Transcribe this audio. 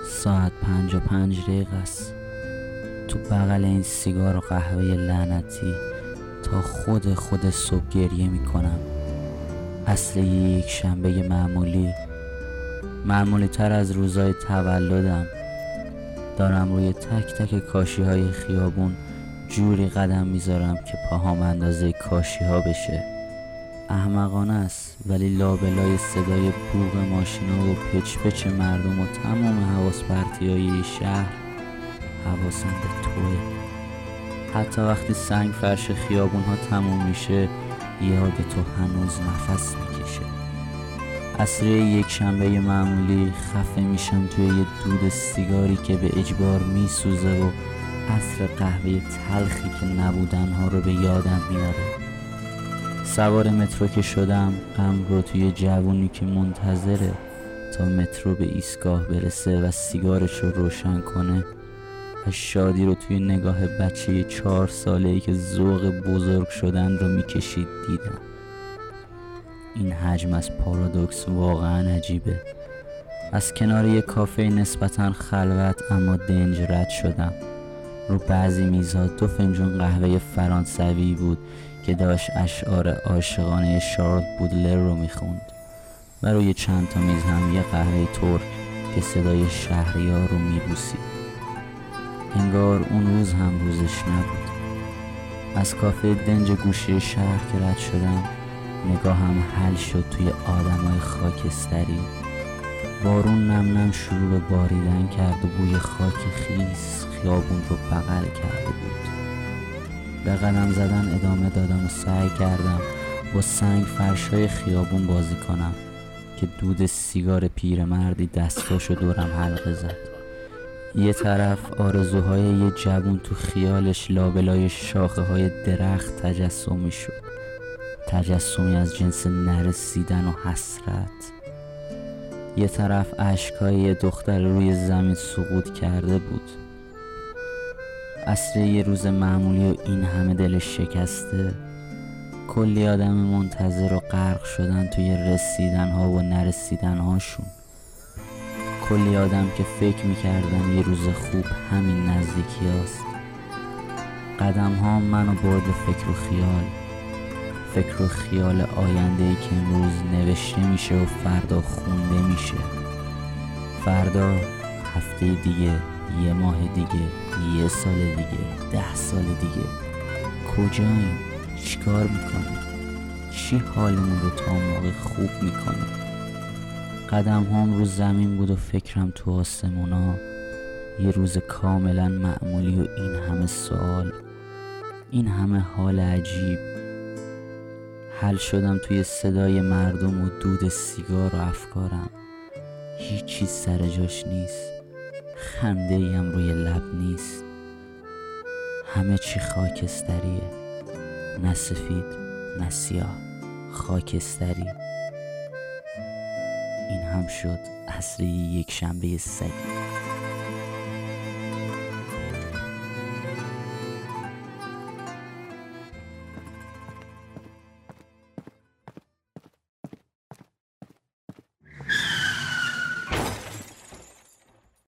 ساعت 5:05 است. تو بغل این سیگار و قهوه لعنتی تا خود صبح گریه میکنم. اصل یک شنبه معمولی تر از روزای تولدم. دارم روی تک تک کاشی های خیابون جوری قدم میذارم که پاهام اندازه کاشی ها بشه. احمقانه است، ولی لابلای صدای بوق ماشینا و پچ پچ مردم و تمام حواس پرتی های شهر حواسم به توه. حتی وقتی سنگ فرش خیابون ها تموم میشه یاد تو هنوز نفس میکشه. عصر یک شنبه معمولی خفه میشم توی یه دود سیگاری که به اجبار میسوزه و عصر قهوه تلخی که نبودنها رو به یادم میاره. سوار مترو که شدم غم رو توی جوونی که منتظره تا مترو به ایستگاه برسه و سیگارش رو روشن کنه و شادی رو توی نگاه بچه 4 ساله‌ای که ذوق بزرگ شدن رو میکشید دیدم. این حجم از پارادوکس واقعا عجیبه. از کنار یک کافه نسبتاً خلوت اما دنج رد شدم. رو بعضی میزها 2 فنجون قهوه فرانسوی بود که داشت اشعار عاشقانه شارل بودلر رو میخوند و روی چند تا میز هم یه قهوه ترک که صدای شهریار رو میبوسید. انگار اون روز هم روزش نبود. از کافه دنج گوشه شهر که رد شدم نگاهم حل شد توی آدمای خاکستری. بارون نم نم شروع به باریدن کرد و بوی خاک خیس خیابون رو بغل کرده بود. به قدم زدن ادامه دادم و سعی کردم با سنگ فرشای خیابون بازی کنم که دود سیگار پیرمردی دستاشو دورم حلقه زد. یه طرف آرزوهای یه جوون تو خیالش لابلای شاخه های درخت تجسمی شد، تجسمی از جنس نرسیدن و حسرت. یه طرف اشکای یه دختر روی زمین سقوط کرده بود. عصر یه روز معمولی و این همه دلش شکسته. کلی آدم منتظر و غرق شدن توی رسیدن ها و نرسیدن هاشون. کلی آدم که فکر میکردن یه روز خوب همین نزدیکی هست. قدم ها منو برد به فکر و خیال آینده‌ای که امروز نوشته میشه و فردا خونده میشه. فردا، هفته دیگه، یه ماه دیگه، یه سال دیگه، 10 سال دیگه. کجاییم؟ چیکار میکنیم؟ چی حالمون رو تا موقع خوب میکنه؟ قدم هم رو زمین بود و فکرم تو آسمونا. یه روز کاملا معمولی و این همه سوال، این همه حال عجیب. حل شدم توی صدای مردم و دود سیگار و افکارم. هیچ چیز سر جاش نیست، خنده ایم روی لب نیست. همه چی خاکستریه، نه سفید نه سیاه، خاکستری. این هم شد عصر یک شنبه سگی.